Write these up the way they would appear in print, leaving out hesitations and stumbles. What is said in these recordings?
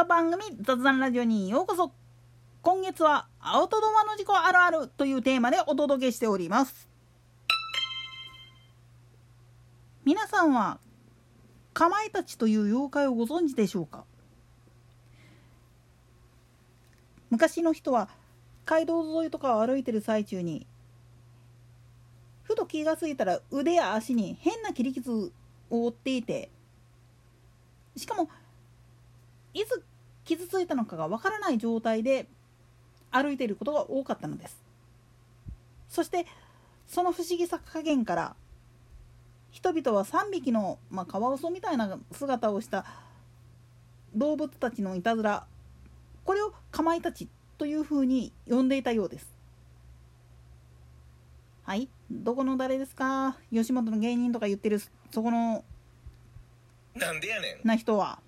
番組雑談ラジオにようこそ。今月はアウトドアの事故あるあるというテーマでお届けしております。皆さんはかまいたちという妖怪をご存知でしょうか。昔の人は街道沿いとかを歩いてる最中にふと気がついたら腕や足に変な切り傷を負っていて、しかもいつ傷ついたのかがわからない状態で歩いていることが多かったのです。そしてその不思議さ加減から人々は3匹の、カワウソみたいな姿をした動物たちのいたずら、これをかまいたちというふうに呼んでいたようです。はい、どこの誰ですか。吉本の芸人とか言ってるそこのなんでやねんな人は。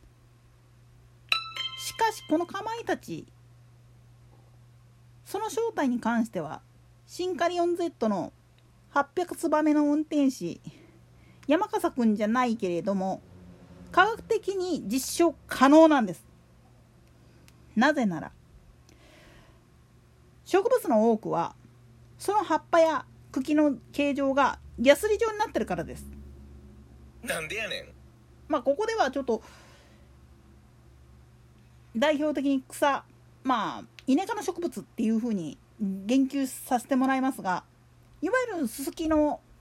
しかしこのかまいたち、その正体に関してはシンカリオン Z の800ツバメの運転士山笠くんじゃないけれども、科学的に実証可能なんです。なぜなら植物の多くはその葉っぱや茎の形状がヤスリ状になってるからです。 なんでやねん。 ここではちょっと代表的に草、イネ科の植物っていう風に言及させてもらいますが、いわゆるススキが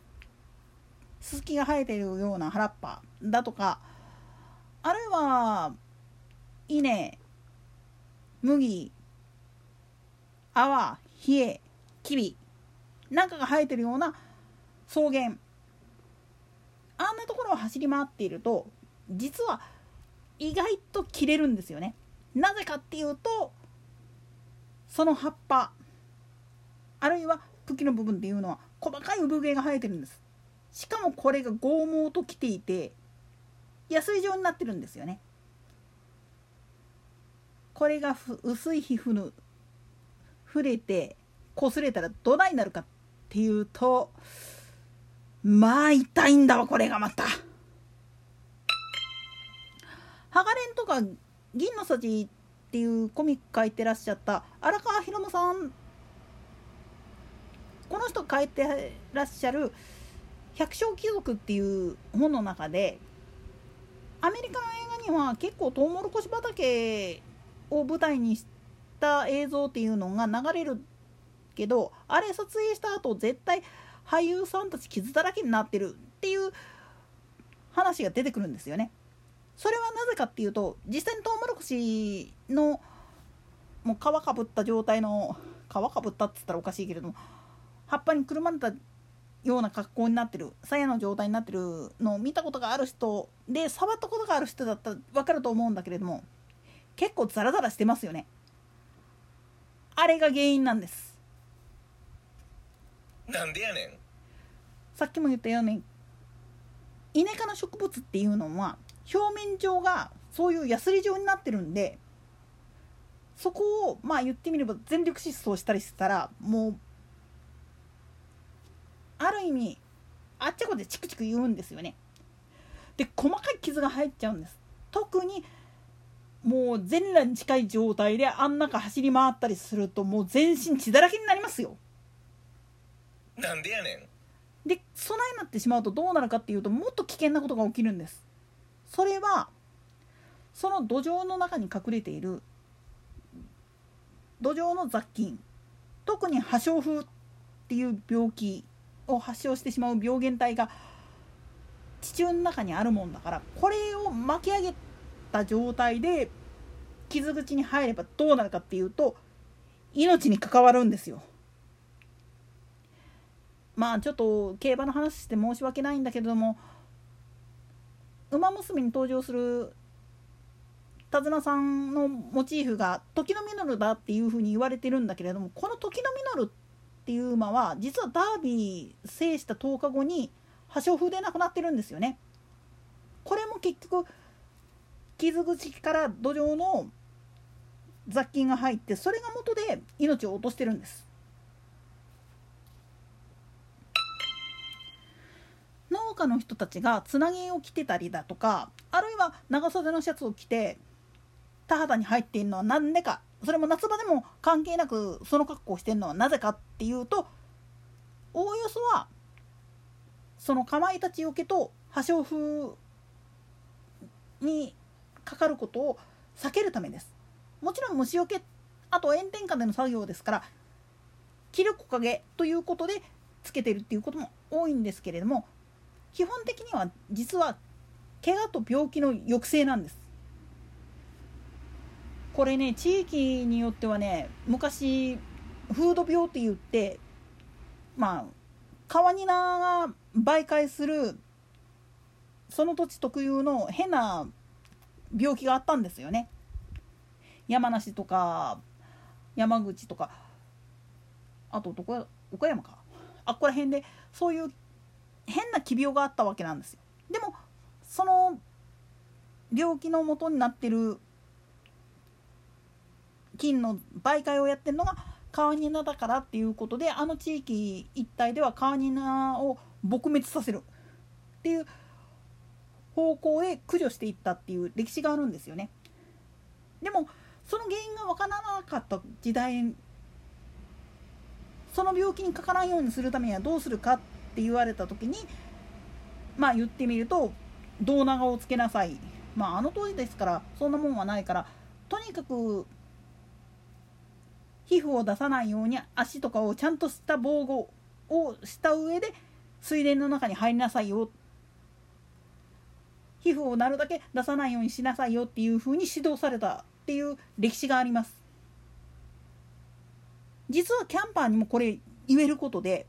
生えているような原っぱだとか、あるいは稲、麦、泡、冷え、キビなんかが生えてるような草原、あんなところを走り回っていると実は意外と切れるんですよね。なぜかっていうと、その葉っぱあるいは茎の部分っていうのは細かい産毛が生えてるんです。しかもこれが剛毛ときていてヤスリ状になってるんですよね。これが薄い皮膚に触れて擦れたらどないなるかっていうと、痛いんだわ。これがまたハガレンとか銀のさじっていうコミック書いてらっしゃった荒川博夢さん、この人書いてらっしゃる百姓貴族っていう本の中で、アメリカの映画には結構トウモロコシ畑を舞台にした映像っていうのが流れるけど、あれ撮影した後絶対俳優さんたち傷だらけになってるっていう話が出てくるんですよね。それはなぜかっていうと、実際にトウモロコシのもう皮かぶった状態の、皮かぶったって言ったらおかしいけれども、葉っぱにくるまれたような格好になってる、鞘の状態になってるのを見たことがある人で、触ったことがある人だったら分かると思うんだけれども、結構ザラザラしてますよね。あれが原因なんです。 なんでやねん。 さっきも言ったようにイネ科の植物っていうのは表面上がそういうヤスリ状になってるんで、そこを言ってみれば全力疾走したりしたら、もうある意味あっちゃこでチクチク言うんですよね。で細かい傷が入っちゃうんです。特にもう全裸に近い状態であん中走り回ったりすると、もう全身血だらけになりますよ。 なんでやねん。 で備えになってしまうとどうなるかっていうと、もっと危険なことが起きるんです。それはその土壌の中に隠れている土壌の雑菌、特に破傷風っていう病気を発症してしまう病原体が地中の中にあるもんだから、これを巻き上げた状態で傷口に入ればどうなるかっていうと、命に関わるんですよ。ちょっと競馬の話して申し訳ないんだけれども、馬娘に登場する手綱さんのモチーフが時のミノルだっていうふうに言われてるんだけれども、この時のミノルっていう馬は実はダービー制した10日後に破傷風で亡くなってるんですよね。これも結局傷口から土壌の雑菌が入って、それが元で命を落としてるんです。農家の人たちがつなぎを着てたりだとか、あるいは長袖のシャツを着て田畑に入っているのは何でか、それも夏場でも関係なくその格好をしているのはなぜかっていうと、おおよそはそのかまいたちよけと破傷風にかかることを避けるためです。もちろん虫よけ、あと炎天下での作業ですから着る木陰ということでつけてるっていうことも多いんですけれども、基本的には実は怪我と病気の抑制なんです。これね、地域によってはね、昔風土病って言って、カワニナが媒介するその土地特有の変な病気があったんですよね。山梨とか山口とか、あと岡山か、ここら辺でそういう変な奇病があったわけなんですよ。でもその病気の元になってる菌の媒介をやってるのがカワニナだからっていうことで、あの地域一帯ではカワニナを撲滅させるっていう方向へ駆除していったっていう歴史があるんですよね。でもその原因が分からなかった時代、その病気にかからんようにするためにはどうするかって言われた時に、言ってみると胴長をつけなさい。あの当時ですからそんなもんはないから、とにかく皮膚を出さないように足とかをちゃんとした防護をした上で水田の中に入りなさいよ、皮膚をなるだけ出さないようにしなさいよっていう風に指導されたっていう歴史があります。実はキャンパーにもこれ言えることで、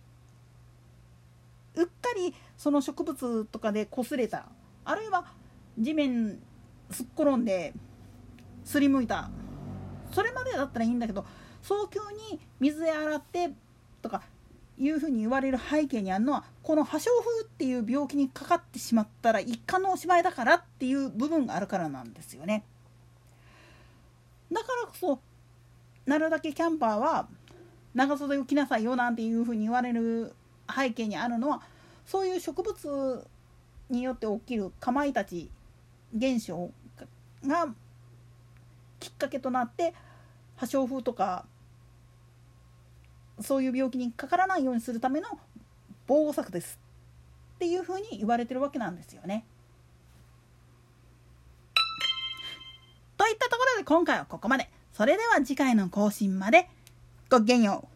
うっかりその植物とかで擦れた、あるいは地面すっ転んですりむいた、それまでだったらいいんだけど、早急に水で洗ってとかいうふうに言われる背景にあるのは、この破傷風っていう病気にかかってしまったら一家のおしまいだからっていう部分があるからなんですよね。だからこそなるだけキャンパーは長袖を着なさいよなんていうふうに言われる背景にあるのは、そういう植物によって起きるかまいたち現象がきっかけとなって破傷風とかそういう病気にかからないようにするための防護策ですっていうふうに言われてるわけなんですよね。といったところで今回はここまで。それでは次回の更新までごきげんよう。